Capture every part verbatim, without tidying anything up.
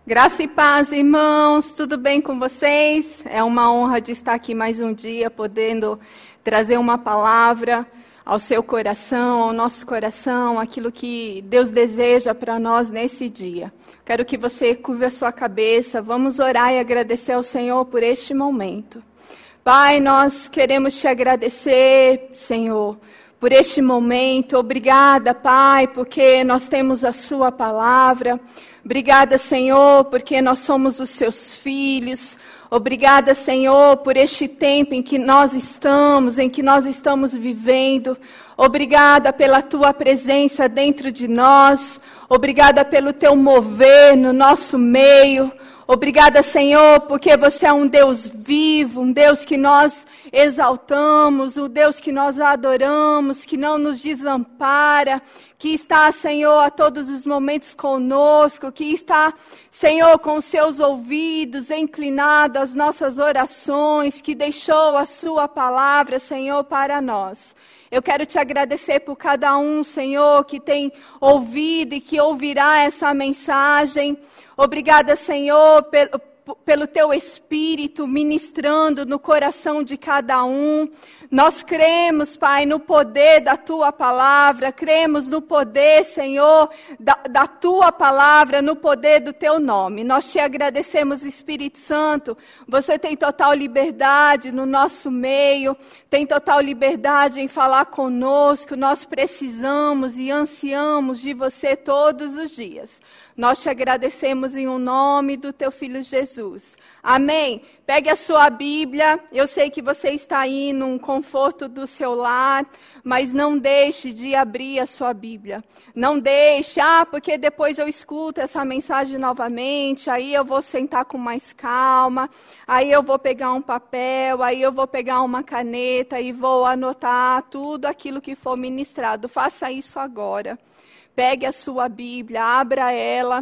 Graça e paz, irmãos, tudo bem com vocês? É uma honra de estar aqui mais um dia, podendo trazer uma palavra ao seu coração, ao nosso coração, aquilo que Deus deseja para nós nesse dia. Quero que você curva a sua cabeça, vamos orar e agradecer ao Senhor por este momento. Pai, nós queremos te agradecer, Senhor, por este momento. Obrigada, Pai, porque nós temos a sua palavra. Obrigada, Senhor, porque nós somos os seus filhos. Obrigada, Senhor, por este tempo em que nós estamos, em que nós estamos vivendo. Obrigada pela tua presença dentro de nós. Obrigada pelo teu mover no nosso meio. Obrigada, Senhor, porque você é um Deus vivo, um Deus que nós exaltamos, um Deus que nós adoramos, que não nos desampara, que está, Senhor, a todos os momentos conosco, que está, Senhor, com os seus ouvidos inclinados às nossas orações, que deixou a sua palavra, Senhor, para nós. Eu quero te agradecer por cada um, Senhor, que tem ouvido e que ouvirá essa mensagem. Obrigada, Senhor, pelo, pelo teu Espírito ministrando no coração de cada um. Nós cremos, Pai, no poder da tua palavra, cremos no poder, Senhor, da, da tua palavra, no poder do teu nome. Nós te agradecemos, Espírito Santo. Você tem total liberdade no nosso meio, tem total liberdade em falar conosco. Nós precisamos e ansiamos de você todos os dias. Nós te agradecemos em um nome do teu Filho Jesus. Amém. Pegue a sua Bíblia. Eu sei que você está aí num conforto do seu lar, mas não deixe de abrir a sua Bíblia. Não deixe, ah, porque depois eu escuto essa mensagem novamente, aí eu vou sentar com mais calma, aí eu vou pegar um papel, aí eu vou pegar uma caneta e vou anotar tudo aquilo que for ministrado. Faça isso agora. Pegue a sua Bíblia, abra ela,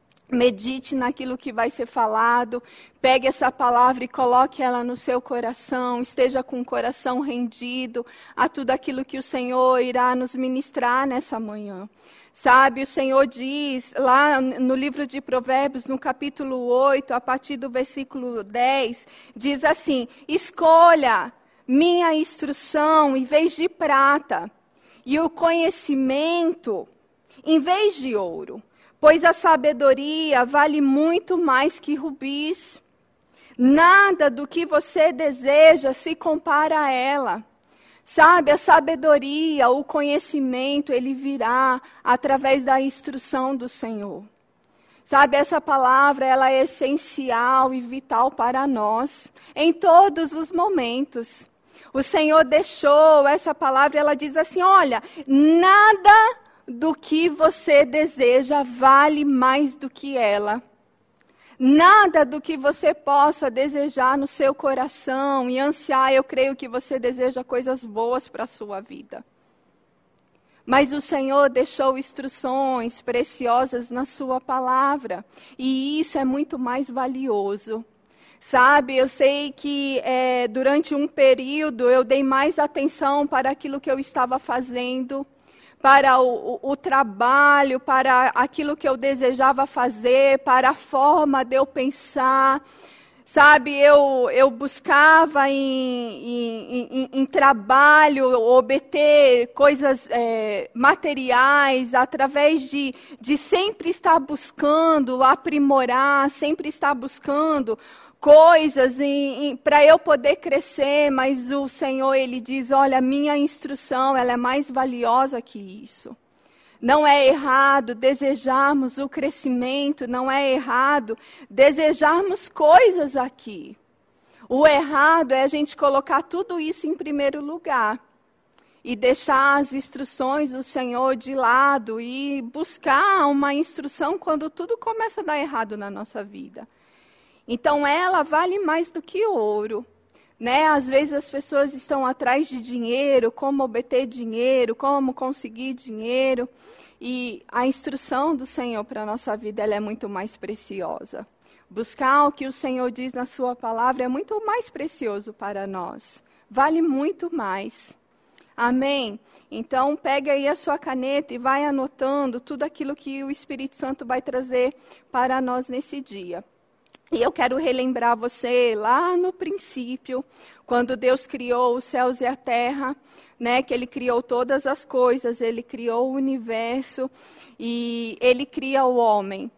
medite naquilo que vai ser falado, pegue essa palavra e coloque ela no seu coração, esteja com o coração rendido a tudo aquilo que o Senhor irá nos ministrar nessa manhã. Sabe, o Senhor diz lá no livro de Provérbios, no capítulo oito, a partir do versículo dez, diz assim: escolha minha instrução em vez de prata, e o conhecimento em vez de ouro, pois a sabedoria vale muito mais que rubis. Nada do que você deseja se compara a ela. Sabe, a sabedoria, o conhecimento, ele virá através da instrução do Senhor. Sabe, essa palavra, ela é essencial e vital para nós, em todos os momentos. O Senhor deixou essa palavra, ela diz assim, olha, nada do que você deseja vale mais do que ela. Nada do que você possa desejar no seu coração e ansiar, eu creio que você deseja coisas boas para a sua vida. Mas o Senhor deixou instruções preciosas na sua palavra, e isso é muito mais valioso. Sabe, eu sei que é, durante um período eu dei mais atenção para aquilo que eu estava fazendo, para o, o, o trabalho, para aquilo que eu desejava fazer, para a forma de eu pensar. Sabe, eu, eu buscava em, em, em, em trabalho obter coisas é, materiais, através de, de sempre estar buscando aprimorar, sempre estar buscando coisas para eu poder crescer, mas o Senhor, Ele diz, olha, minha instrução, ela é mais valiosa que isso. Não é errado desejarmos o crescimento, não é errado desejarmos coisas aqui. O errado é a gente colocar tudo isso em primeiro lugar e deixar as instruções do Senhor de lado e buscar uma instrução quando tudo começa a dar errado na nossa vida. Então, ela vale mais do que ouro, né? Às vezes as pessoas estão atrás de dinheiro, como obter dinheiro, como conseguir dinheiro. E a instrução do Senhor para a nossa vida, ela é muito mais preciosa. Buscar o que o Senhor diz na sua palavra é muito mais precioso para nós. Vale muito mais. Amém? Então, pega aí a sua caneta e vai anotando tudo aquilo que o Espírito Santo vai trazer para nós nesse dia. E eu quero relembrar você lá no princípio, quando Deus criou os céus e a terra, né, que Ele criou todas as coisas, Ele criou o universo e Ele cria o homem.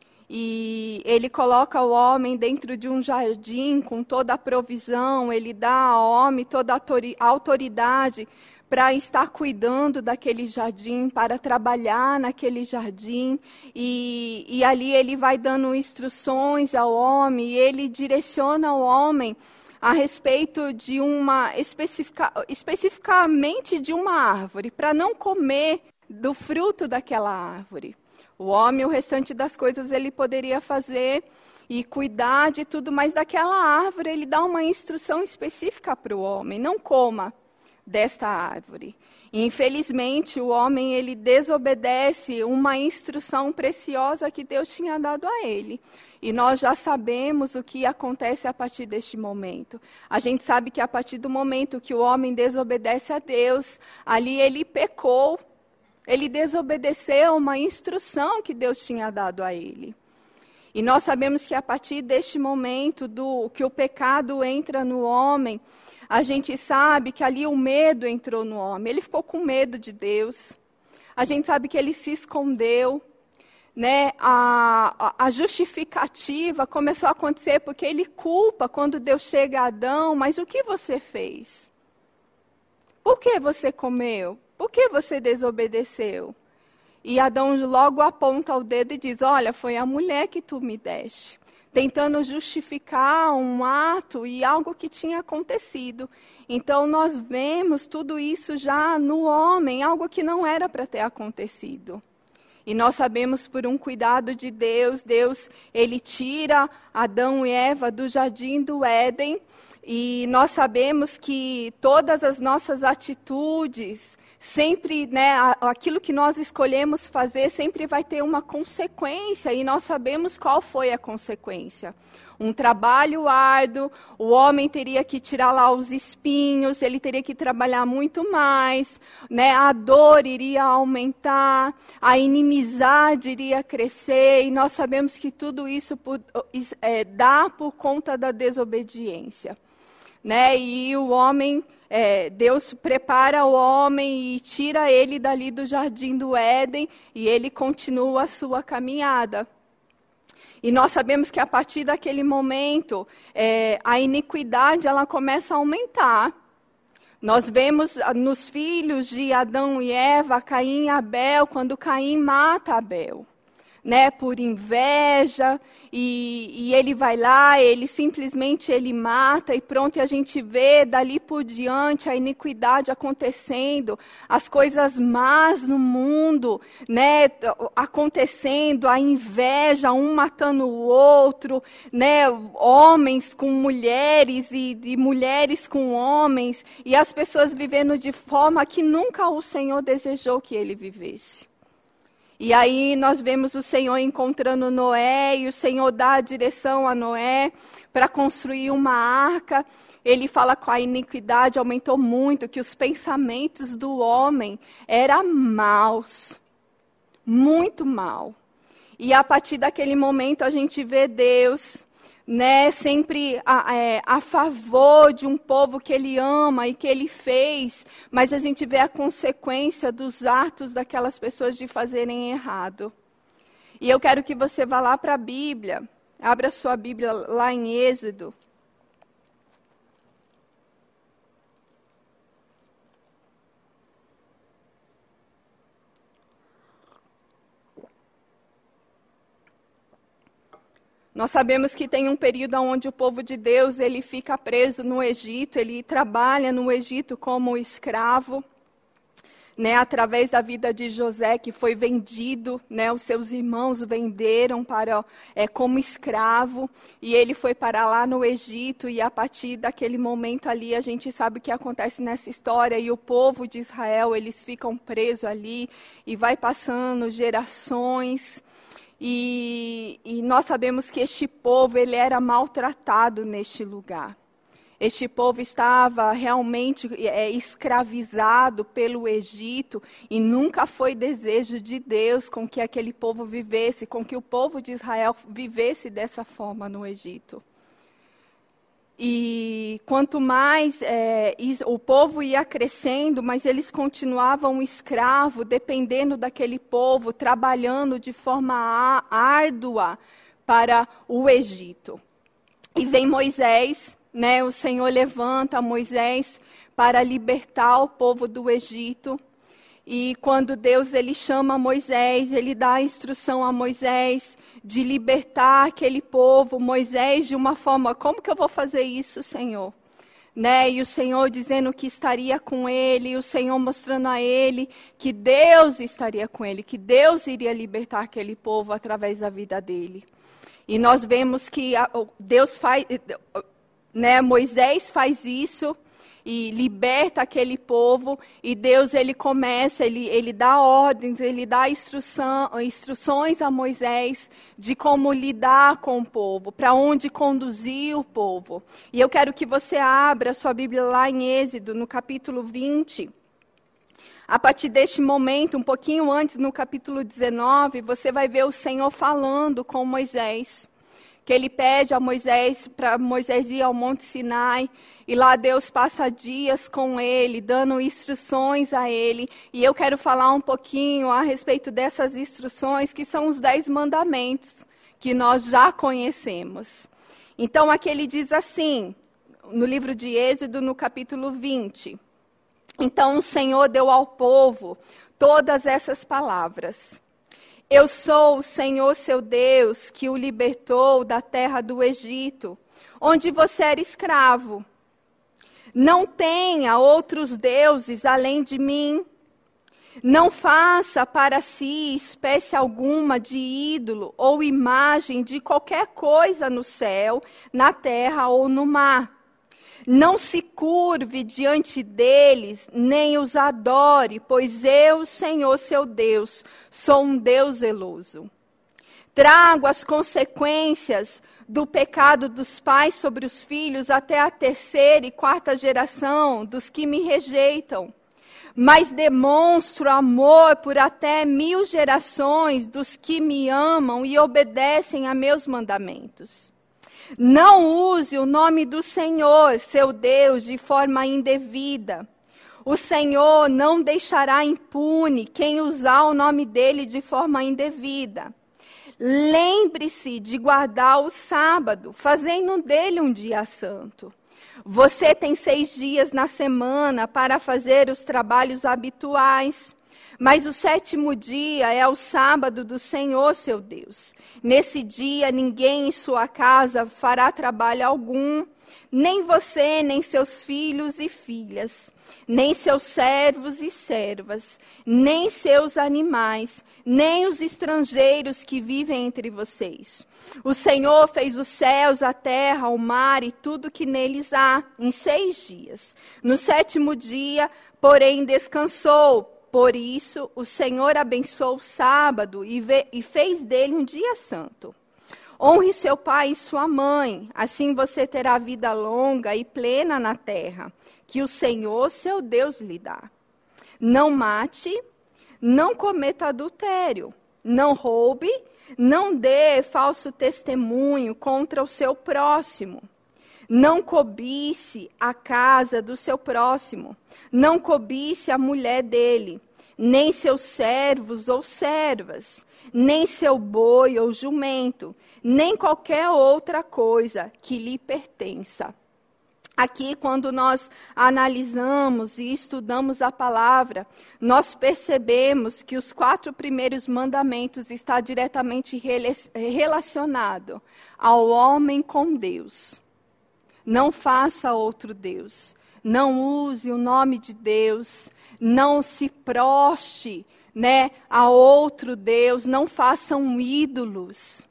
E Ele coloca o homem dentro de um jardim com toda a provisão, Ele dá ao homem toda a autoridade para estar cuidando daquele jardim, para trabalhar naquele jardim, e, e ali ele vai dando instruções ao homem, e ele direciona o homem a respeito de uma, especifica, especificamente de uma árvore, para não comer do fruto daquela árvore. O homem, o restante das coisas ele poderia fazer e cuidar de tudo, mas daquela árvore ele dá uma instrução específica para o homem, não coma desta árvore. E, infelizmente, o homem ele desobedece uma instrução preciosa que Deus tinha dado a ele. E nós já sabemos o que acontece a partir deste momento. A gente sabe que a partir do momento que o homem desobedece a Deus, ali ele pecou, ele desobedeceu uma instrução que Deus tinha dado a ele. E nós sabemos que a partir deste momento do que o pecado entra no homem, a gente sabe que ali o medo entrou no homem. Ele ficou com medo de Deus. A gente sabe que ele se escondeu. Né? A, a justificativa começou a acontecer porque ele culpa quando Deus chega a Adão. Mas o que você fez? Por que você comeu? Por que você desobedeceu? E Adão logo aponta o dedo e diz, olha, foi a mulher que tu me deste. Tentando justificar um ato e algo que tinha acontecido. Então, nós vemos tudo isso já no homem, algo que não era para ter acontecido. E nós sabemos por um cuidado de Deus, Deus, Ele tira Adão e Eva do jardim do Éden, e nós sabemos que todas as nossas atitudes, sempre, né, aquilo que nós escolhemos fazer sempre vai ter uma consequência, e nós sabemos qual foi a consequência. Um trabalho árduo, o homem teria que tirar lá os espinhos, ele teria que trabalhar muito mais, né, a dor iria aumentar, a inimizade iria crescer, e nós sabemos que tudo isso por, é, dá por conta da desobediência. Né, e o homem... É, Deus prepara o homem e tira ele dali do jardim do Éden e ele continua a sua caminhada. E nós sabemos que a partir daquele momento, é, a iniquidade ela começa a aumentar. Nós vemos nos filhos de Adão e Eva, Caim e Abel, quando Caim mata Abel. Né, por inveja, e, e ele vai lá, ele simplesmente ele mata, e pronto, e a gente vê dali por diante a iniquidade acontecendo, as coisas más no mundo, né, acontecendo, a inveja, um matando o outro, né, homens com mulheres, e, e mulheres com homens, e as pessoas vivendo de forma que nunca o Senhor desejou que ele vivesse. E aí nós vemos o Senhor encontrando Noé, e o Senhor dá a direção a Noé para construir uma arca. Ele fala que a iniquidade aumentou muito, que os pensamentos do homem eram maus, muito mal. E a partir daquele momento a gente vê Deus, né, sempre a, é, a favor de um povo que Ele ama e que Ele fez, mas a gente vê a consequência dos atos daquelas pessoas de fazerem errado. E eu quero que você vá lá para a Bíblia, abra sua Bíblia lá em Êxodo. Nós sabemos que tem um período onde o povo de Deus ele fica preso no Egito, ele trabalha no Egito como escravo, né, através da vida de José, que foi vendido, né, os seus irmãos venderam para, é, como escravo, e ele foi para lá no Egito, e a partir daquele momento ali, a gente sabe o que acontece nessa história, e o povo de Israel, eles ficam presos ali, e vai passando gerações. E, e nós sabemos que este povo, ele era maltratado neste lugar. Este povo estava realmente é, escravizado pelo Egito e nunca foi desejo de Deus com que aquele povo vivesse, com que o povo de Israel vivesse dessa forma no Egito. E quanto mais é, o povo ia crescendo, mas eles continuavam escravos, dependendo daquele povo, trabalhando de forma árdua para o Egito. E vem Moisés, né, o Senhor levanta Moisés para libertar o povo do Egito. E quando Deus ele chama Moisés, ele dá a instrução a Moisés de libertar aquele povo. Moisés de uma forma, como que eu vou fazer isso, Senhor? Né? E o Senhor dizendo que estaria com ele, e o Senhor mostrando a ele que Deus estaria com ele, que Deus iria libertar aquele povo através da vida dele. E nós vemos que Deus faz... Né, Moisés faz isso e liberta aquele povo, e Deus ele começa, ele, ele dá ordens, ele dá instrução, instruções a Moisés de como lidar com o povo, para onde conduzir o povo. E eu quero que você abra a sua Bíblia lá em Êxodo, no capítulo vinte. A partir deste momento, um pouquinho antes, no capítulo dezenove, você vai ver o Senhor falando com Moisés. Que ele pede a Moisés, para Moisés ir ao Monte Sinai, e lá Deus passa dias com ele, dando instruções a ele. E eu quero falar um pouquinho a respeito dessas instruções, que são os dez mandamentos, que nós já conhecemos. Então, aqui ele diz assim, no livro de Êxodo, no capítulo vinte. Então, o Senhor deu ao povo todas essas palavras. Eu sou o Senhor seu Deus, que o libertou da terra do Egito, onde você era escravo. Não tenha outros deuses além de mim. Não faça para si espécie alguma de ídolo ou imagem de qualquer coisa no céu, na terra ou no mar. Não se curve diante deles, nem os adore, pois eu, Senhor seu Deus, sou um Deus zeloso. Trago as consequências do pecado dos pais sobre os filhos até a terceira e quarta geração dos que me rejeitam. Mas demonstro amor por até mil gerações dos que me amam e obedecem a meus mandamentos. Não use o nome do Senhor, seu Deus, de forma indevida. O Senhor não deixará impune quem usar o nome dele de forma indevida. Lembre-se de guardar o sábado, fazendo dele um dia santo. Você tem seis dias na semana para fazer os trabalhos habituais. Mas o sétimo dia é o sábado do Senhor, seu Deus. Nesse dia, ninguém em sua casa fará trabalho algum, nem você, nem seus filhos e filhas, nem seus servos e servas, nem seus animais, nem os estrangeiros que vivem entre vocês. O Senhor fez os céus, a terra, o mar e tudo que neles há, em seis dias. No sétimo dia, porém, descansou. Por isso, o Senhor abençoou o sábado e, ve- e fez dele um dia santo. Honre seu pai e sua mãe, assim você terá vida longa e plena na terra, que o Senhor, seu Deus, lhe dá. Não mate, não cometa adultério, não roube, não dê falso testemunho contra o seu próximo. Não cobice a casa do seu próximo, não cobice a mulher dele, nem seus servos ou servas, nem seu boi ou jumento, nem qualquer outra coisa que lhe pertença. Aqui, quando nós analisamos e estudamos a palavra, nós percebemos que os quatro primeiros mandamentos estão diretamente relacionados ao homem com Deus. Não faça outro Deus, não use o nome de Deus, não se proste, né, a outro Deus, não façam ídolos.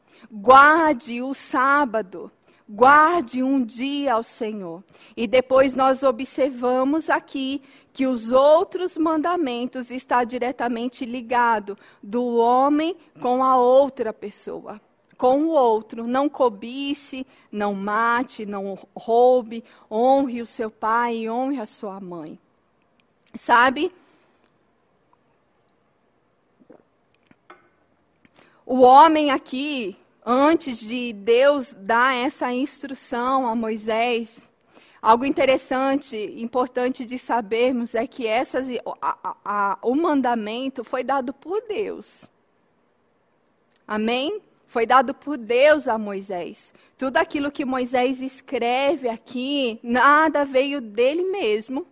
Guarde o sábado, guarde um dia ao Senhor. E depois nós observamos aqui que os outros mandamentos estão diretamente ligados do homem com a outra pessoa, com o outro. Não cobice, não mate, não roube, honre o seu pai e honre a sua mãe. Sabe? O homem aqui, antes de Deus dar essa instrução a Moisés, algo interessante, importante de sabermos é que essas, a, a, a, o mandamento foi dado por Deus. Amém? Foi dado por Deus a Moisés. Tudo aquilo que Moisés escreve aqui, nada veio dele mesmo.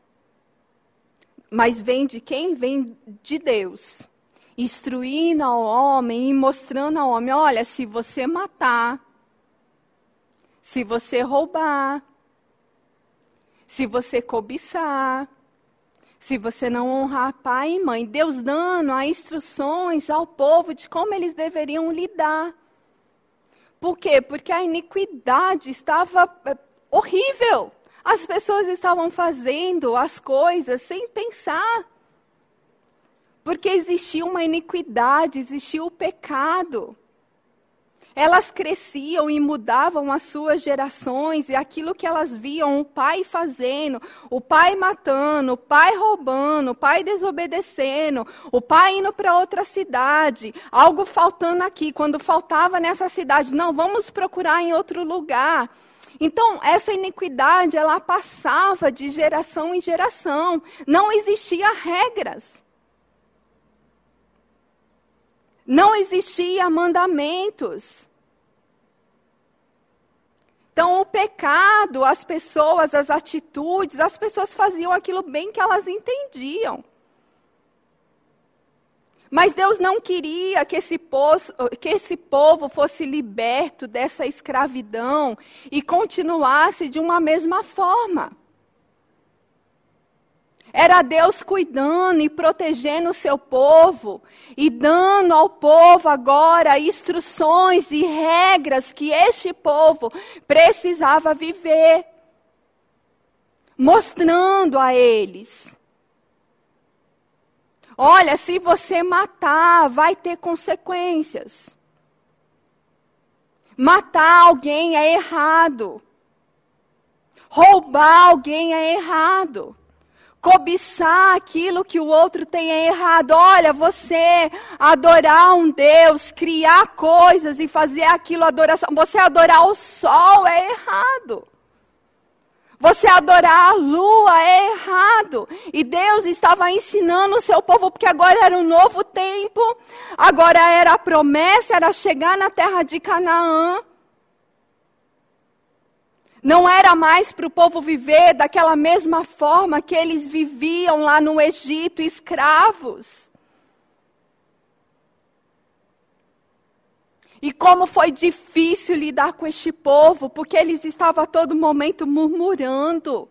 Mas vem de quem? Vem de Deus. Instruindo ao homem e mostrando ao homem, olha, se você matar, se você roubar, se você cobiçar, se você não honrar pai e mãe, Deus dando as instruções ao povo de como eles deveriam lidar. Por quê? Porque a iniquidade estava horrível. As pessoas estavam fazendo as coisas sem pensar. Porque existia uma iniquidade, existia o pecado. Elas cresciam e mudavam as suas gerações, e aquilo que elas viam o pai fazendo, o pai matando, o pai roubando, o pai desobedecendo, o pai indo para outra cidade, algo faltando aqui. Quando faltava nessa cidade, não, vamos procurar em outro lugar. Então, essa iniquidade, ela passava de geração em geração. Não existia regras. Não existia mandamentos. Então, o pecado, as pessoas, as atitudes, as pessoas faziam aquilo bem que elas entendiam. Mas Deus não queria que esse, poço, que esse povo fosse liberto dessa escravidão e continuasse de uma mesma forma. Era Deus cuidando e protegendo o seu povo e dando ao povo agora instruções e regras que este povo precisava viver. Mostrando a eles. Olha, se você matar, vai ter consequências. Matar alguém é errado. Roubar alguém é errado. Cobiçar aquilo que o outro tem é errado. Olha, você adorar um Deus, criar coisas e fazer aquilo adoração. Você adorar o sol é errado. Você adorar a lua é errado. E Deus estava ensinando o seu povo, porque agora era um novo tempo. Agora era a promessa, era chegar na terra de Canaã. Não era mais para o povo viver daquela mesma forma que eles viviam lá no Egito, escravos. E como foi difícil lidar com este povo, porque eles estavam a todo momento murmurando.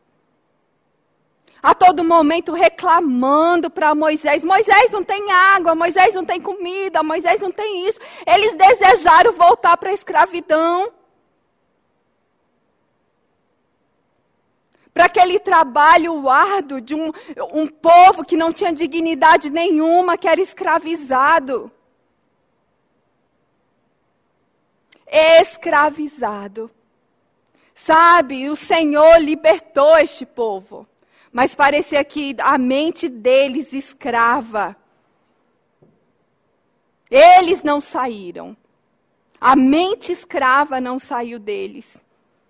A todo momento reclamando para Moisés. Moisés não tem água, Moisés não tem comida, Moisés não tem isso. Eles desejaram voltar para a escravidão. Para aquele trabalho árduo de um, um povo que não tinha dignidade nenhuma, que era escravizado. Escravizado. Sabe, o Senhor libertou este povo. Mas parecia que a mente deles escrava. Eles não saíram. A mente escrava não saiu deles.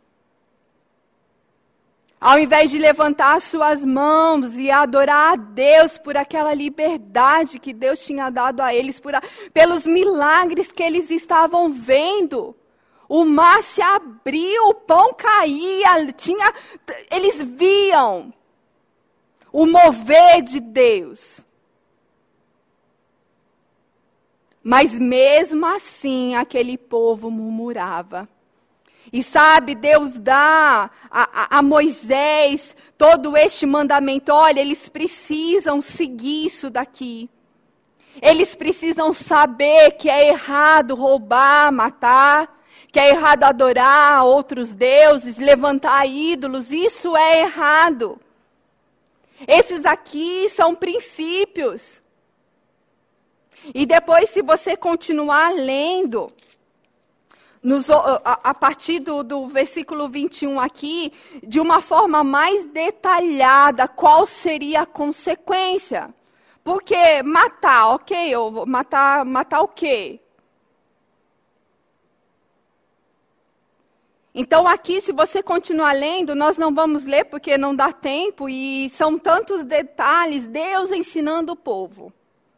Ao invés de levantar suas mãos e adorar a Deus por aquela liberdade que Deus tinha dado a eles, por a, pelos milagres que eles estavam vendo. O mar se abriu, o pão caía, tinha, eles viam o mover de Deus. Mas mesmo assim, aquele povo murmurava. E sabe, Deus dá a, a, a Moisés todo este mandamento. Olha, eles precisam seguir isso daqui. Eles precisam saber que é errado roubar, matar. Que é errado adorar outros deuses, levantar ídolos. Isso é errado. Esses aqui são princípios. E depois, se você continuar lendo, nos, a, a partir do, do versículo vinte e um aqui, de uma forma mais detalhada, qual seria a consequência? Porque matar, ok, eu vou matar, matar o quê? Então aqui, se você continuar lendo, nós não vamos ler porque não dá tempo e são tantos detalhes, Deus ensinando o povo.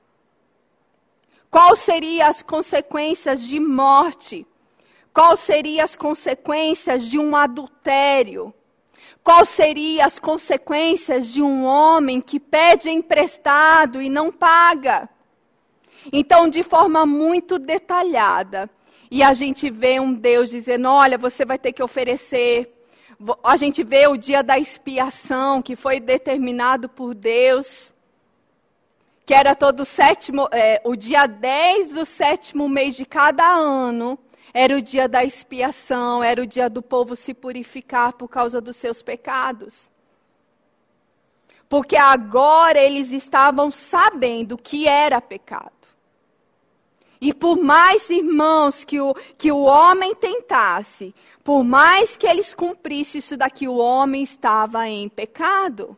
Quais seriam as consequências de morte? Quais seriam as consequências de um adultério? Quais seriam as consequências de um homem que pede emprestado e não paga? Então, de forma muito detalhada, e a gente vê um Deus dizendo, olha, você vai ter que oferecer. A gente vê o dia da expiação, que foi determinado por Deus, que era todo o sétimo, é, o dia dez do sétimo mês de cada ano, era o dia da expiação, era o dia do povo se purificar por causa dos seus pecados. Porque agora eles estavam sabendo que era pecado. E por mais, irmãos, que o, que o homem tentasse, por mais que eles cumprissem isso daqui, o homem estava em pecado.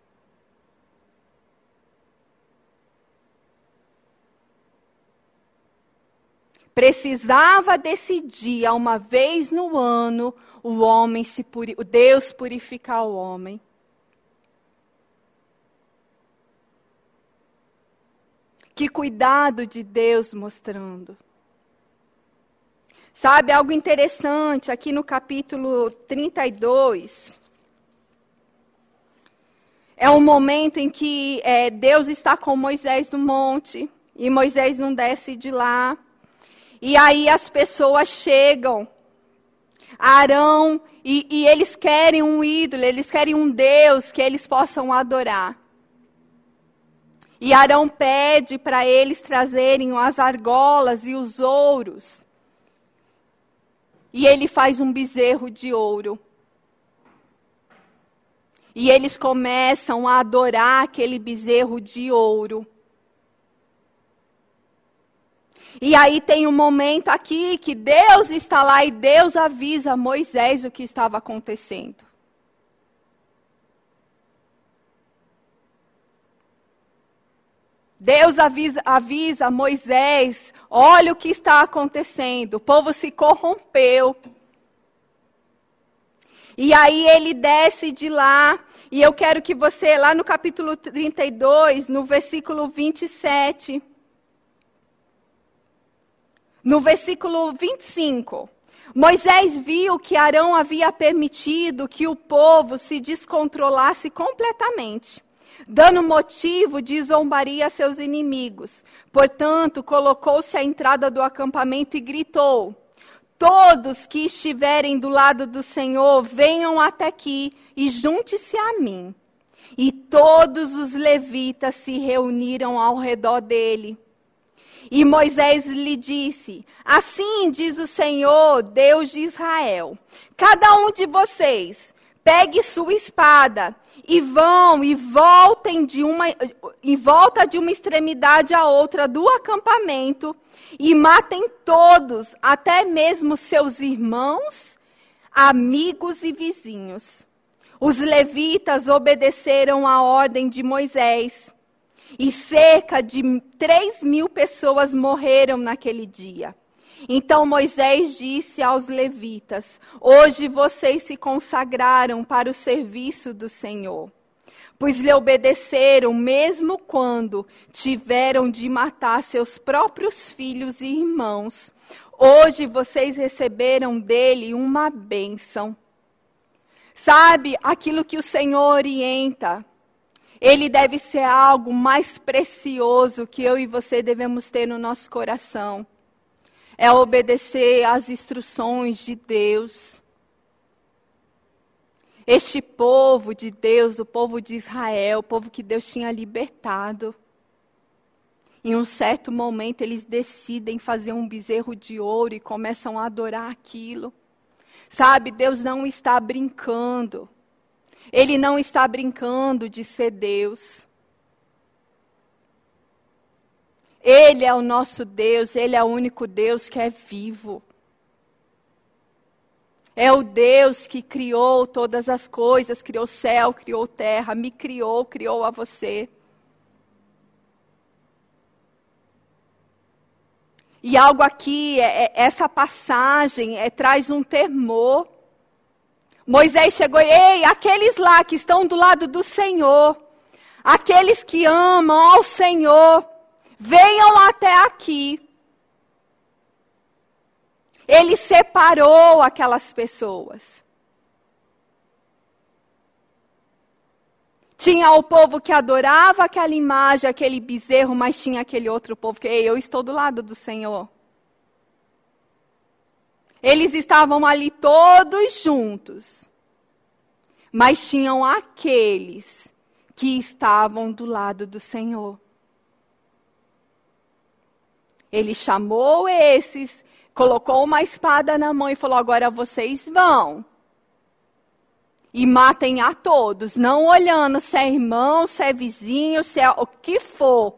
Precisava desse dia, uma vez no ano, o homem se puri, Deus purificar o homem. Que cuidado de Deus mostrando. Sabe, algo interessante aqui no capítulo trinta e dois. É um momento em que é, Deus está com Moisés no monte. E Moisés não desce de lá. E aí as pessoas chegam. Arão, e, e eles querem um ídolo, eles querem um Deus que eles possam adorar. E Arão pede para eles trazerem as argolas e os ouros. E ele faz um bezerro de ouro. E eles começam a adorar aquele bezerro de ouro. E aí tem um momento aqui que Deus está lá e Deus avisa a Moisés o que estava acontecendo. Deus avisa, avisa Moisés, olha o que está acontecendo, o povo se corrompeu. E aí ele desce de lá, e eu quero que você, lá no capítulo trinta e dois, no versículo vinte e sete, no versículo vinte e cinco, Moisés viu que Arão havia permitido que o povo se descontrolasse completamente, dando motivo de zombaria a seus inimigos. Portanto, colocou-se à entrada do acampamento e gritou, todos que estiverem do lado do Senhor, venham até aqui e junte-se a mim. E todos os levitas se reuniram ao redor dele. E Moisés lhe disse, assim diz o Senhor, Deus de Israel, cada um de vocês pegue sua espada e vão e voltem de uma, em volta de uma extremidade à outra do acampamento e matem todos, até mesmo seus irmãos, amigos e vizinhos. Os levitas obedeceram à ordem de Moisés e cerca de três mil pessoas morreram naquele dia. Então Moisés disse aos levitas, hoje vocês se consagraram para o serviço do Senhor, pois lhe obedeceram mesmo quando tiveram de matar seus próprios filhos e irmãos. Hoje vocês receberam dele uma bênção. Sabe, aquilo que o Senhor orienta, ele deve ser algo mais precioso que eu e você devemos ter no nosso coração. É obedecer às instruções de Deus. Este povo de Deus, o povo de Israel, o povo que Deus tinha libertado. Em um certo momento eles decidem fazer um bezerro de ouro e começam a adorar aquilo. Sabe, Deus não está brincando. Ele não está brincando de ser Deus. Ele é o nosso Deus, Ele é o único Deus que é vivo. É o Deus que criou todas as coisas, criou céu, criou terra, me criou, criou a você. E algo aqui, é, é, essa passagem é, traz um temor. Moisés chegou e, ei, aqueles lá que estão do lado do Senhor, aqueles que amam ao Senhor, venham até aqui. Ele separou aquelas pessoas. Tinha o povo que adorava aquela imagem, aquele bezerro, mas tinha aquele outro povo que, ei, eu estou do lado do Senhor. Eles estavam ali todos juntos, mas tinham aqueles que estavam do lado do Senhor. Ele chamou esses, colocou uma espada na mão e falou, agora vocês vão. E matem a todos, não olhando se é irmão, se é vizinho, se é o que for.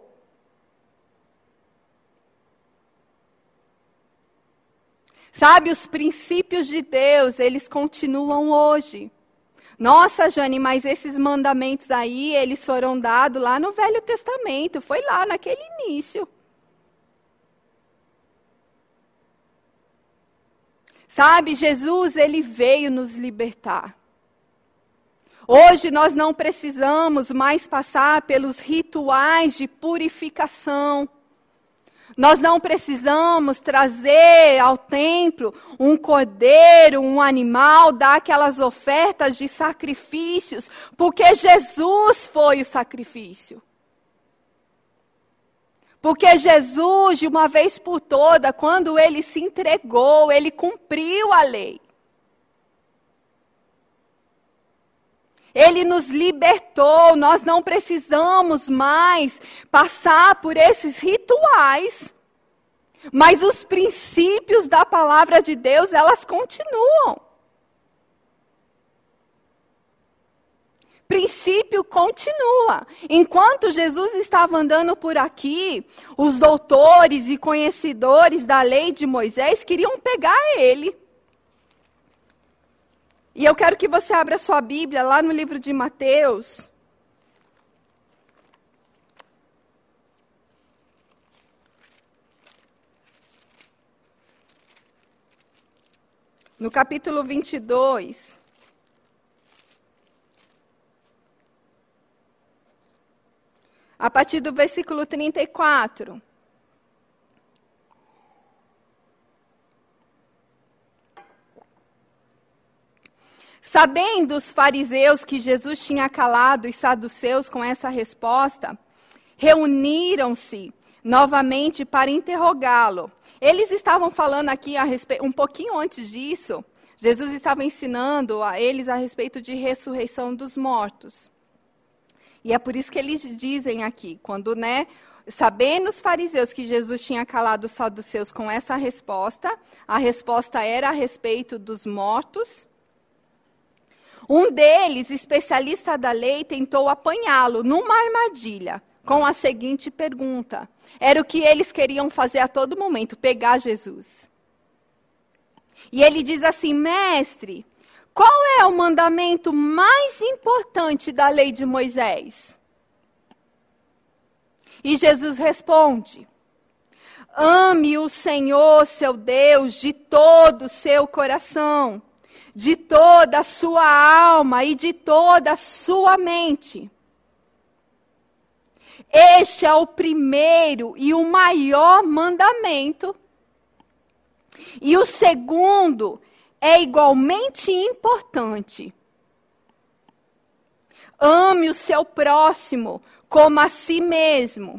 Sabe, os princípios de Deus, eles continuam hoje. Nossa, Jane, mas esses mandamentos aí, eles foram dados lá no Velho Testamento, foi lá naquele início. Sabe, Jesus, ele veio nos libertar. Hoje nós não precisamos mais passar pelos rituais de purificação. Nós não precisamos trazer ao templo um cordeiro, um animal, dar aquelas ofertas de sacrifícios, porque Jesus foi o sacrifício. Porque Jesus, de uma vez por toda, quando ele se entregou, ele cumpriu a lei. Ele nos libertou, nós não precisamos mais passar por esses rituais. Mas os princípios da palavra de Deus, elas continuam. Princípio continua. Enquanto Jesus estava andando por aqui, os doutores e conhecedores da lei de Moisés queriam pegar ele. E eu quero que você abra sua Bíblia lá no livro de Mateus. No capítulo vinte e dois. A partir do versículo trinta e quatro. Sabendo os fariseus que Jesus tinha calado os saduceus com essa resposta, reuniram-se novamente para interrogá-lo. Eles estavam falando aqui a respeito, um pouquinho antes disso, Jesus estava ensinando a eles a respeito de ressurreição dos mortos. E é por isso que eles dizem aqui, quando, né, sabendo os fariseus que Jesus tinha calado os saduceus com essa resposta, a resposta era a respeito dos mortos. Um deles, especialista da lei, tentou apanhá-lo numa armadilha, com a seguinte pergunta. Era o que eles queriam fazer a todo momento, pegar Jesus. E ele diz assim, mestre, qual é o mandamento mais importante da lei de Moisés? E Jesus responde, ame o Senhor, seu Deus, de todo o seu coração, de toda a sua alma e de toda a sua mente. Este é o primeiro e o maior mandamento. E o segundo é igualmente importante. Ame o seu próximo como a si mesmo.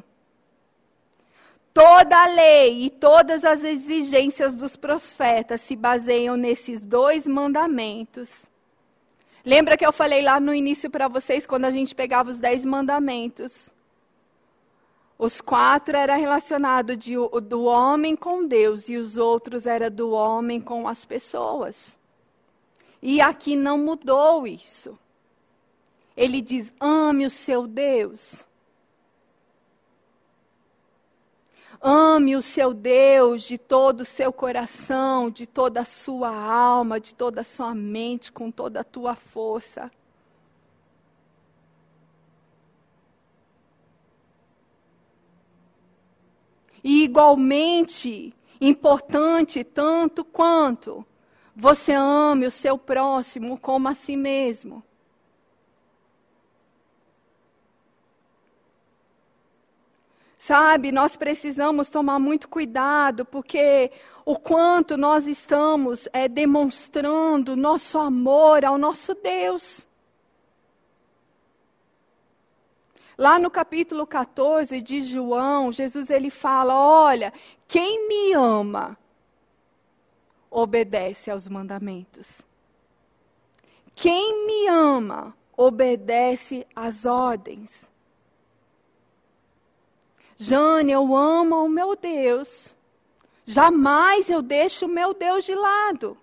Toda a lei e todas as exigências dos profetas se baseiam nesses dois mandamentos. Lembra que eu falei lá no início para vocês, quando a gente pegava os dez mandamentos? Os quatro eram relacionados de, do homem com Deus e os outros eram do homem com as pessoas. E aqui não mudou isso. Ele diz, ame o seu Deus. Ame o seu Deus de todo o seu coração, de toda a sua alma, de toda a sua mente, com toda a tua força. E igualmente importante, tanto quanto você ame o seu próximo como a si mesmo. Sabe, nós precisamos tomar muito cuidado, porque o quanto nós estamos é, demonstrando nosso amor ao nosso Deus. Lá no capítulo quatorze de João, Jesus ele fala, olha, quem me ama, obedece aos mandamentos. Quem me ama, obedece às ordens. Jane, eu amo o meu Deus. Jamais eu deixo o meu Deus de lado.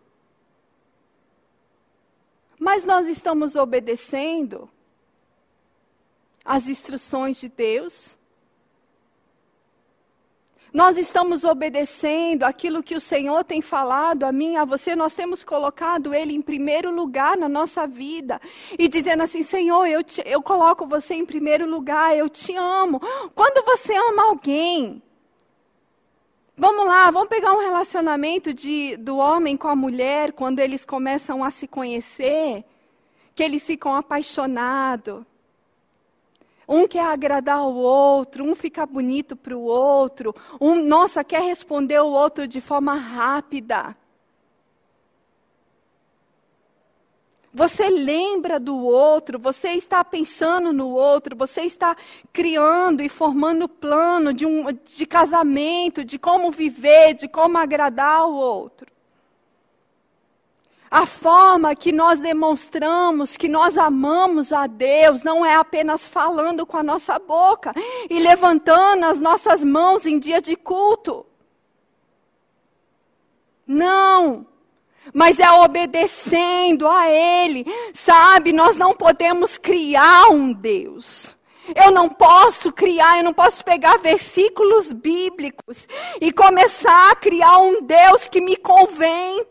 Mas nós estamos obedecendo as instruções de Deus? Nós estamos obedecendo aquilo que o Senhor tem falado a mim, a você? Nós temos colocado Ele em primeiro lugar na nossa vida. E dizendo assim, Senhor, eu, te, eu coloco você em primeiro lugar, eu te amo. Quando você ama alguém, vamos lá, vamos pegar um relacionamento de, do homem com a mulher, quando eles começam a se conhecer, que eles ficam apaixonados. Um quer agradar o outro, um fica bonito para o outro, um, nossa, quer responder o outro de forma rápida. Você lembra do outro, você está pensando no outro, você está criando e formando plano de, um, de casamento, de como viver, de como agradar o outro. A forma que nós demonstramos que nós amamos a Deus não é apenas falando com a nossa boca e levantando as nossas mãos em dia de culto. Não, mas é obedecendo a Ele. Sabe, nós não podemos criar um Deus. Eu não posso criar, eu não posso pegar versículos bíblicos e começar a criar um Deus que me convém.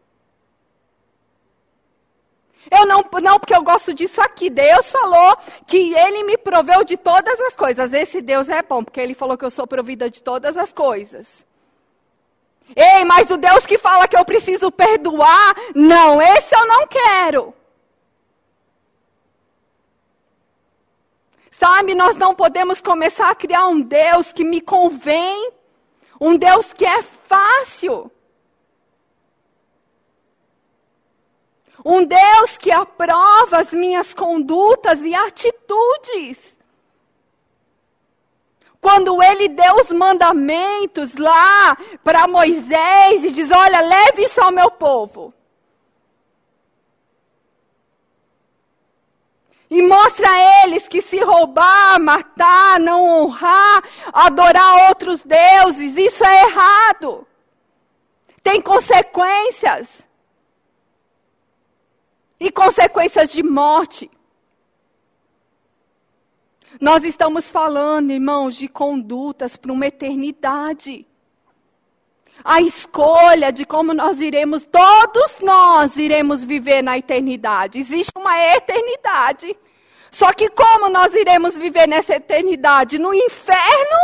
Eu não, não, porque eu gosto disso aqui. Deus falou que Ele me proveu de todas as coisas. Esse Deus é bom, porque Ele falou que eu sou provida de todas as coisas. Ei, mas o Deus que fala que eu preciso perdoar, não, esse eu não quero. Sabe, nós não podemos começar a criar um Deus que me convém, um Deus que é fácil. Um Deus que aprova as minhas condutas e atitudes. Quando Ele deu os mandamentos lá para Moisés e diz, olha, leve isso ao meu povo. E mostra a eles que se roubar, matar, não honrar, adorar outros deuses, isso é errado. Tem consequências. E consequências de morte. Nós estamos falando, irmãos, de condutas para uma eternidade. A escolha de como nós iremos, todos nós iremos viver na eternidade. Existe uma eternidade. Só que como nós iremos viver nessa eternidade? No inferno?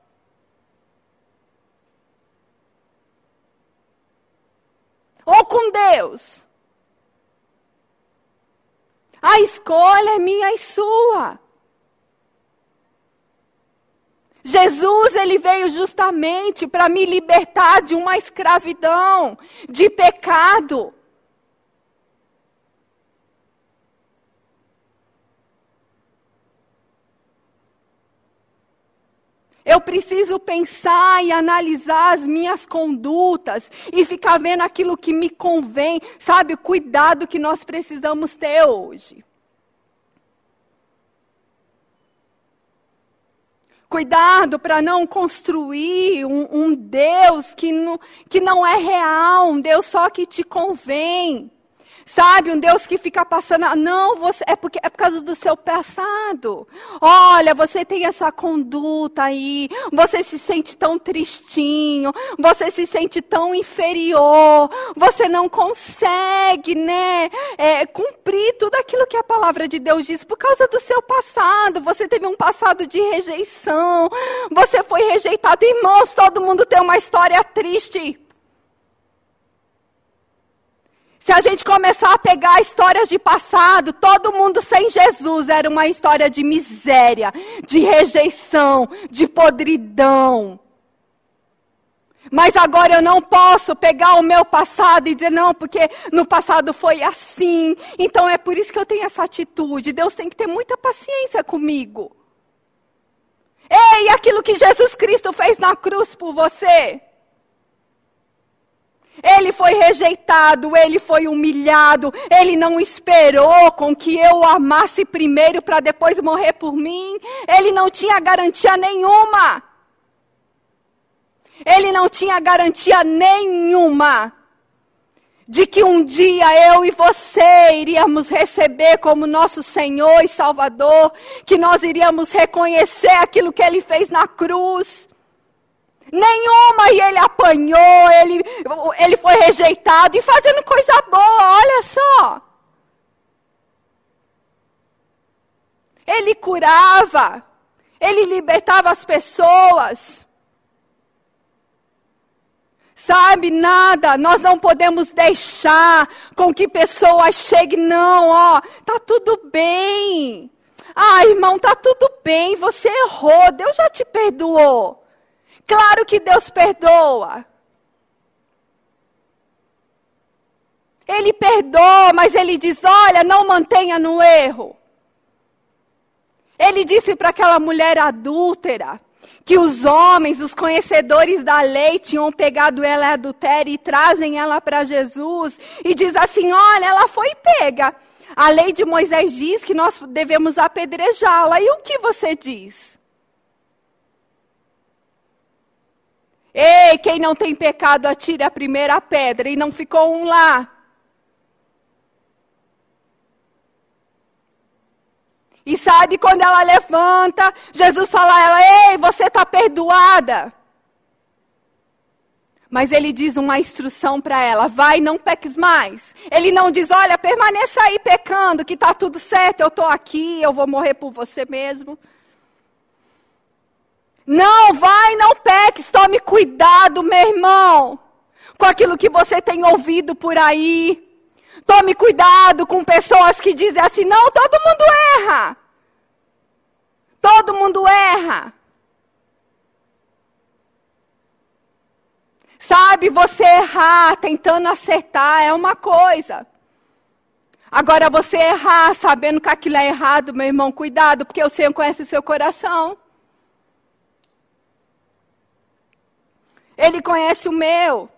Ou com Deus? A escolha é minha e sua. Jesus, Ele veio justamente para me libertar de uma escravidão, de pecado. Eu preciso pensar e analisar as minhas condutas e ficar vendo aquilo que me convém. Sabe, o cuidado que nós precisamos ter hoje. Cuidado para não construir um, um Deus que não, que não é real, um Deus só que te convém. Sabe, um Deus que fica passando, não, você, é, porque, é por causa do seu passado. Olha, você tem essa conduta aí, você se sente tão tristinho, você se sente tão inferior, você não consegue, né, é, cumprir tudo aquilo que a palavra de Deus diz por causa do seu passado. Você teve um passado de rejeição, você foi rejeitado. Irmãos, todo mundo tem uma história triste. Se a gente começar a pegar histórias de passado, todo mundo sem Jesus era uma história de miséria, de rejeição, de podridão. Mas agora eu não posso pegar o meu passado e dizer, não, porque no passado foi assim. Então é por isso que eu tenho essa atitude. Deus tem que ter muita paciência comigo. Ei, aquilo que Jesus Cristo fez na cruz por você. Ele foi rejeitado, ele foi humilhado, ele não esperou com que eu o amasse primeiro para depois morrer por mim. Ele não tinha garantia nenhuma. Ele não tinha garantia nenhuma de que um dia eu e você iríamos receber como nosso Senhor e Salvador, que nós iríamos reconhecer aquilo que ele fez na cruz. Nenhuma, e ele apanhou, ele, ele foi rejeitado e fazendo coisa boa, olha só. Ele curava, ele libertava as pessoas. Sabe, nada, nós não podemos deixar com que pessoas cheguem, não, ó, tá tudo bem. Ah, irmão, tá tudo bem, você errou, Deus já te perdoou. Claro que Deus perdoa. Ele perdoa, mas ele diz, olha, não mantenha no erro. Ele disse para aquela mulher adúltera, que os homens, os conhecedores da lei, tinham pegado ela em adultério e trazem ela para Jesus. E diz assim, olha, ela foi pega. A lei de Moisés diz que nós devemos apedrejá-la. E o que você diz? Ei, quem não tem pecado, atire a primeira pedra. E não ficou um lá. E sabe, quando ela levanta, Jesus fala a ela, ei, você está perdoada. Mas ele diz uma instrução para ela, vai, não peques mais. Ele não diz, olha, permaneça aí pecando, que está tudo certo, eu estou aqui, eu vou morrer por você mesmo. Não, vai, não peques, tome cuidado, meu irmão, com aquilo que você tem ouvido por aí. Tome cuidado com pessoas que dizem assim, não, todo mundo erra. Todo mundo erra. Sabe, você errar tentando acertar é uma coisa. Agora você errar sabendo que aquilo é errado, meu irmão, cuidado, porque o Senhor conhece o seu coração. Ele conhece o meu.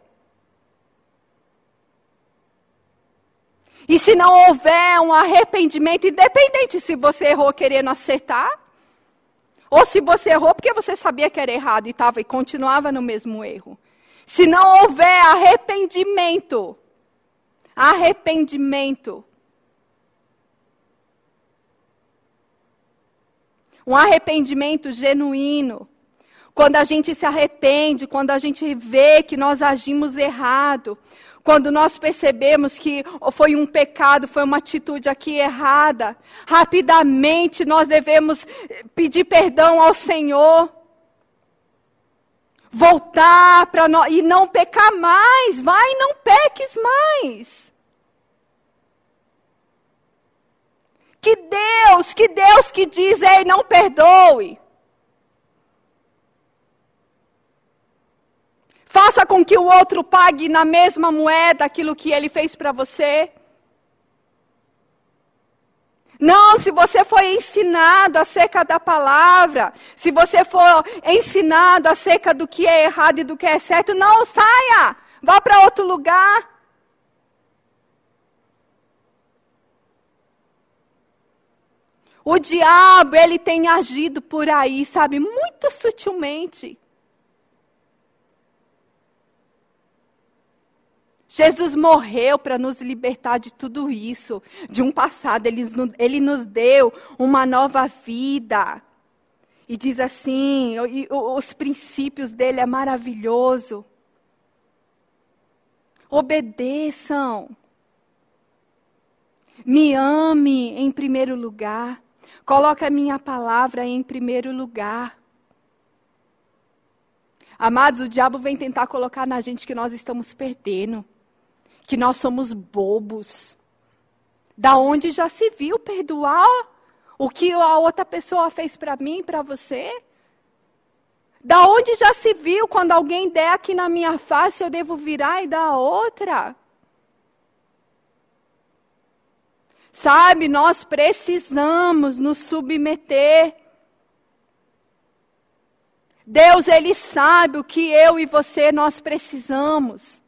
E se não houver um arrependimento, independente se você errou querendo acertar, ou se você errou porque você sabia que era errado e, tava, e continuava no mesmo erro. Se não houver arrependimento, arrependimento, um arrependimento genuíno, quando a gente se arrepende, quando a gente vê que nós agimos errado, quando nós percebemos que foi um pecado, foi uma atitude aqui errada, rapidamente nós devemos pedir perdão ao Senhor. Voltar para nós e não pecar mais, vai, não peques mais. Que Deus, que Deus que diz, ei, não perdoe. Faça com que o outro pague na mesma moeda aquilo que ele fez para você. Não, se você foi ensinado acerca da palavra, se você for ensinado acerca do que é errado e do que é certo, não, saia, vá para outro lugar. O diabo, ele tem agido por aí, sabe, muito sutilmente. Jesus morreu para nos libertar de tudo isso, de um passado. Ele, ele nos deu uma nova vida. E diz assim, os princípios dele é maravilhoso. Obedeçam. Me ame em primeiro lugar. Coloque a minha palavra em primeiro lugar. Amados, o diabo vem tentar colocar na gente que nós estamos perdendo. Que nós somos bobos. Da onde já se viu perdoar o que a outra pessoa fez para mim e para você? Da onde já se viu quando alguém der aqui na minha face, eu devo virar e dar a outra? Sabe, nós precisamos nos submeter. Deus, Ele sabe o que eu e você, nós precisamos.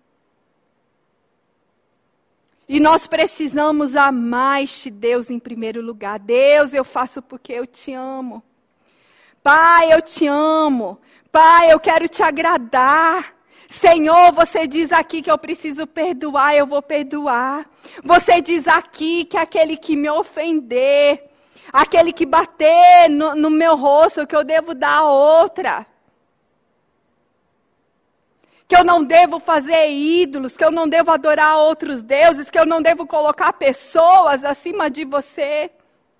E nós precisamos amar este Deus em primeiro lugar. Deus, eu faço porque eu te amo. Pai, eu te amo. Pai, eu quero te agradar. Senhor, você diz aqui que eu preciso perdoar, eu vou perdoar. Você diz aqui que aquele que me ofender, aquele que bater no, no meu rosto, que eu devo dar a outra. Que eu não devo fazer ídolos, que eu não devo adorar outros deuses, que eu não devo colocar pessoas acima de você.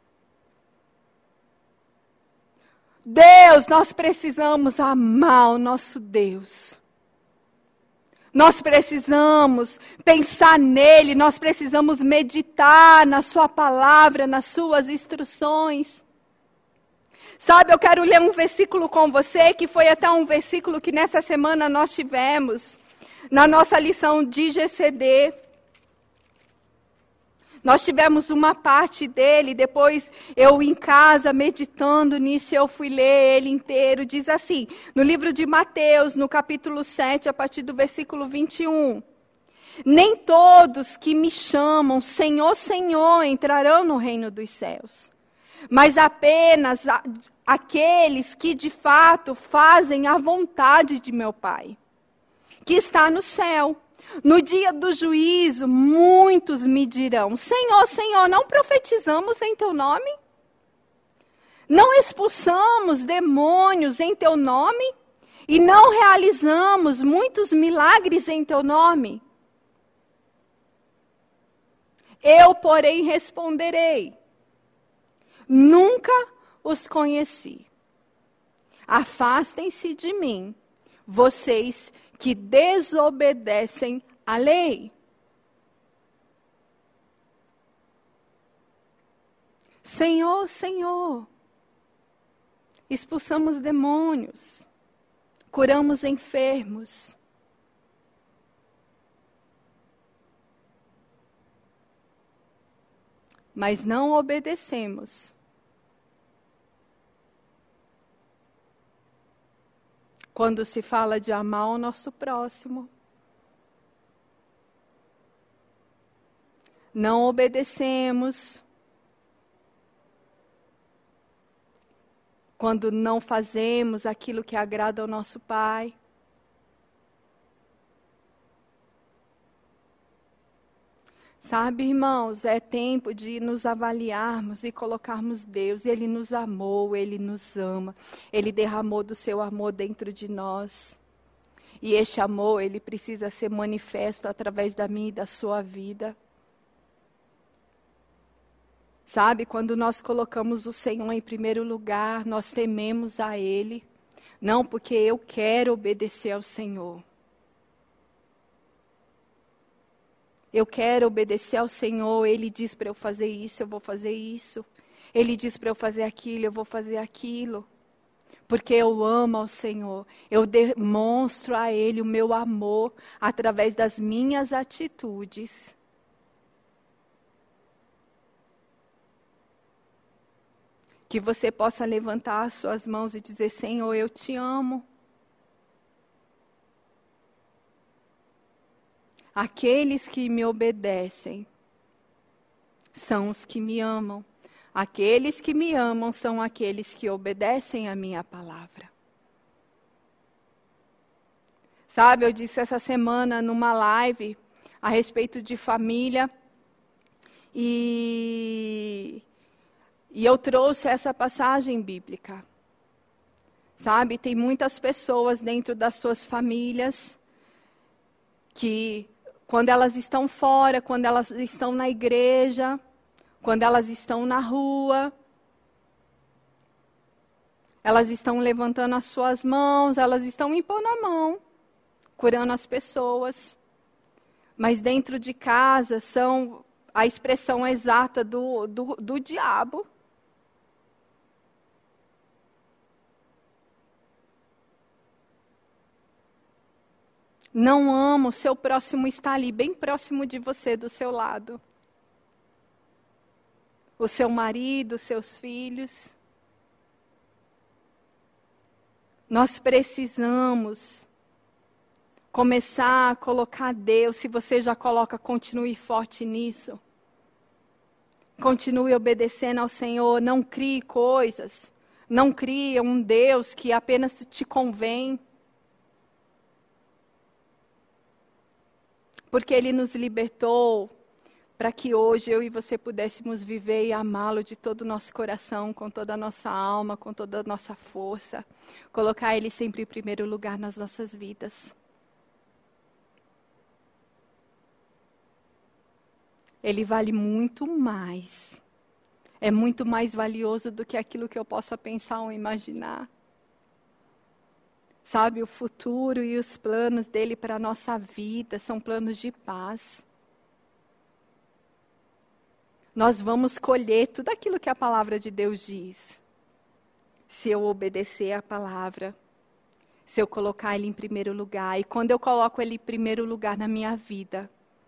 Deus, nós precisamos amar o nosso Deus. Nós precisamos pensar nele, nós precisamos meditar na sua palavra, nas suas instruções. Sabe, eu quero ler um versículo com você, que foi até um versículo que nessa semana nós tivemos, na nossa lição de G C D. Nós tivemos uma parte dele, depois eu em casa, meditando nisso, eu fui ler ele inteiro. Diz assim, no livro de Mateus, no capítulo sete, a partir do versículo vinte e um. Nem todos que me chamam Senhor, Senhor, entrarão no reino dos céus, mas apenas a, aqueles que de fato fazem a vontade de meu Pai, que está no céu. No dia do juízo, muitos me dirão, Senhor, Senhor, não profetizamos em teu nome? Não expulsamos demônios em teu nome? E não realizamos muitos milagres em teu nome? Eu, porém, responderei, nunca os conheci. Afastem-se de mim, vocês que desobedecem à lei. Senhor, Senhor, expulsamos demônios, curamos enfermos. Mas não obedecemos. Quando se fala de amar o nosso próximo, não obedecemos. Quando não fazemos aquilo que agrada ao nosso Pai. Sabe, irmãos, é tempo de nos avaliarmos e colocarmos Deus. Ele nos amou, Ele nos ama. Ele derramou do seu amor dentro de nós. E este amor, ele precisa ser manifesto através da minha e da sua vida. Sabe, quando nós colocamos o Senhor em primeiro lugar, nós tememos a Ele. Não porque eu quero obedecer ao Senhor. Eu quero obedecer ao Senhor, Ele diz para eu fazer isso, eu vou fazer isso. Ele diz para eu fazer aquilo, eu vou fazer aquilo. Porque eu amo ao Senhor, eu demonstro a Ele o meu amor através das minhas atitudes. Que você possa levantar as suas mãos e dizer, Senhor, eu te amo. Aqueles que me obedecem são os que me amam. Aqueles que me amam são aqueles que obedecem a minha palavra. Sabe, eu disse essa semana numa live, a respeito de família. E, e eu trouxe essa passagem bíblica. Sabe, tem muitas pessoas dentro das suas famílias que, quando elas estão fora, quando elas estão na igreja, quando elas estão na rua, elas estão levantando as suas mãos, elas estão impondo a mão, curando as pessoas. Mas dentro de casa são a expressão exata do, do, do diabo. Não ama, o seu próximo está ali, bem próximo de você, do seu lado. O seu marido, os seus filhos. Nós precisamos começar a colocar Deus. Se você já coloca, continue forte nisso. Continue obedecendo ao Senhor. Não crie coisas. Não crie um Deus que apenas te convém. Porque Ele nos libertou para que hoje eu e você pudéssemos viver e amá-lo de todo o nosso coração, com toda a nossa alma, com toda a nossa força. Colocar Ele sempre em primeiro lugar nas nossas vidas. Ele vale muito mais. É muito mais valioso do que aquilo que eu possa pensar ou imaginar. Sabe, o futuro e os planos dele para a nossa vida são planos de paz. Nós vamos colher tudo aquilo que a palavra de Deus diz. Se eu obedecer a palavra, se eu colocar ele em primeiro lugar. E quando eu coloco ele em primeiro lugar na minha vida,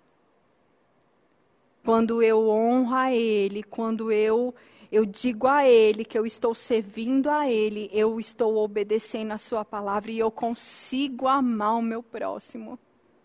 quando eu honro a ele, quando eu... Eu digo a Ele que eu estou servindo a Ele, eu estou obedecendo a Sua palavra e eu consigo amar o meu próximo.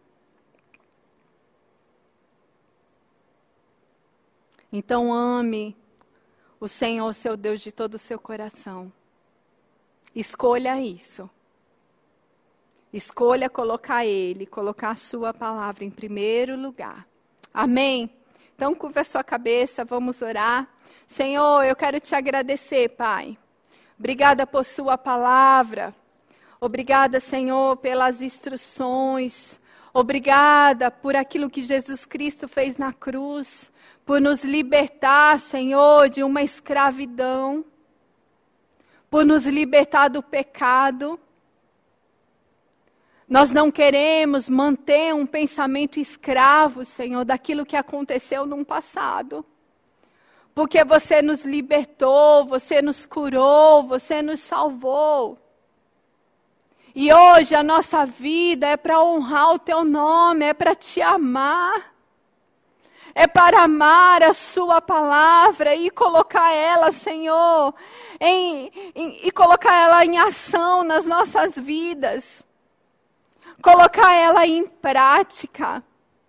Então ame o Senhor, seu Deus, de todo o seu coração. Escolha isso. Escolha colocar Ele, colocar a Sua palavra em primeiro lugar. Amém? Então curva a sua cabeça, vamos orar. Senhor, eu quero te agradecer, Pai. Obrigada por sua palavra. Obrigada, Senhor, pelas instruções. Obrigada por aquilo que Jesus Cristo fez na cruz. Por nos libertar, Senhor, de uma escravidão. Por nos libertar do pecado. Nós não queremos manter um pensamento escravo, Senhor, daquilo que aconteceu no passado. Porque você nos libertou, você nos curou, você nos salvou. E hoje a nossa vida é para honrar o teu nome, é para te amar. É para amar a sua palavra e colocar ela, Senhor, em, em, e colocar ela em ação nas nossas vidas. Colocar ela em prática.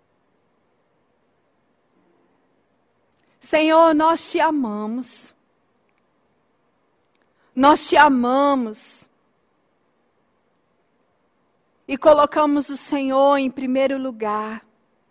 Senhor, nós te amamos. Nós te amamos. E colocamos o Senhor em primeiro lugar.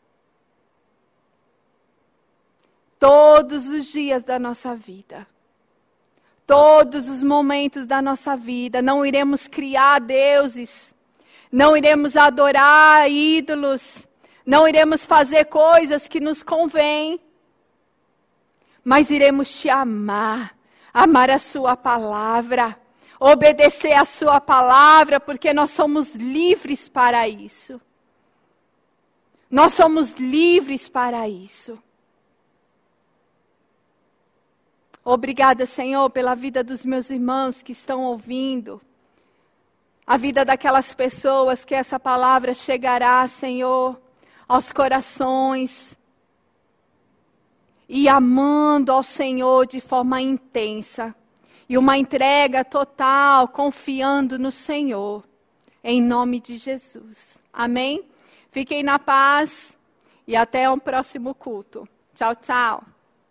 Todos os dias da nossa vida. Todos os momentos da nossa vida. Não iremos criar deuses. Não iremos adorar ídolos. Não iremos fazer coisas que nos convêm. Mas iremos te amar. Amar a sua palavra. Obedecer a sua palavra, porque nós somos livres para isso. Nós somos livres para isso. Obrigada, Senhor, pela vida dos meus irmãos que estão ouvindo. A vida daquelas pessoas que essa palavra chegará, Senhor, aos corações. E amando ao Senhor de forma intensa. E uma entrega total, confiando no Senhor. Em nome de Jesus. Amém? Fiquem na paz e até o próximo culto. Tchau, tchau.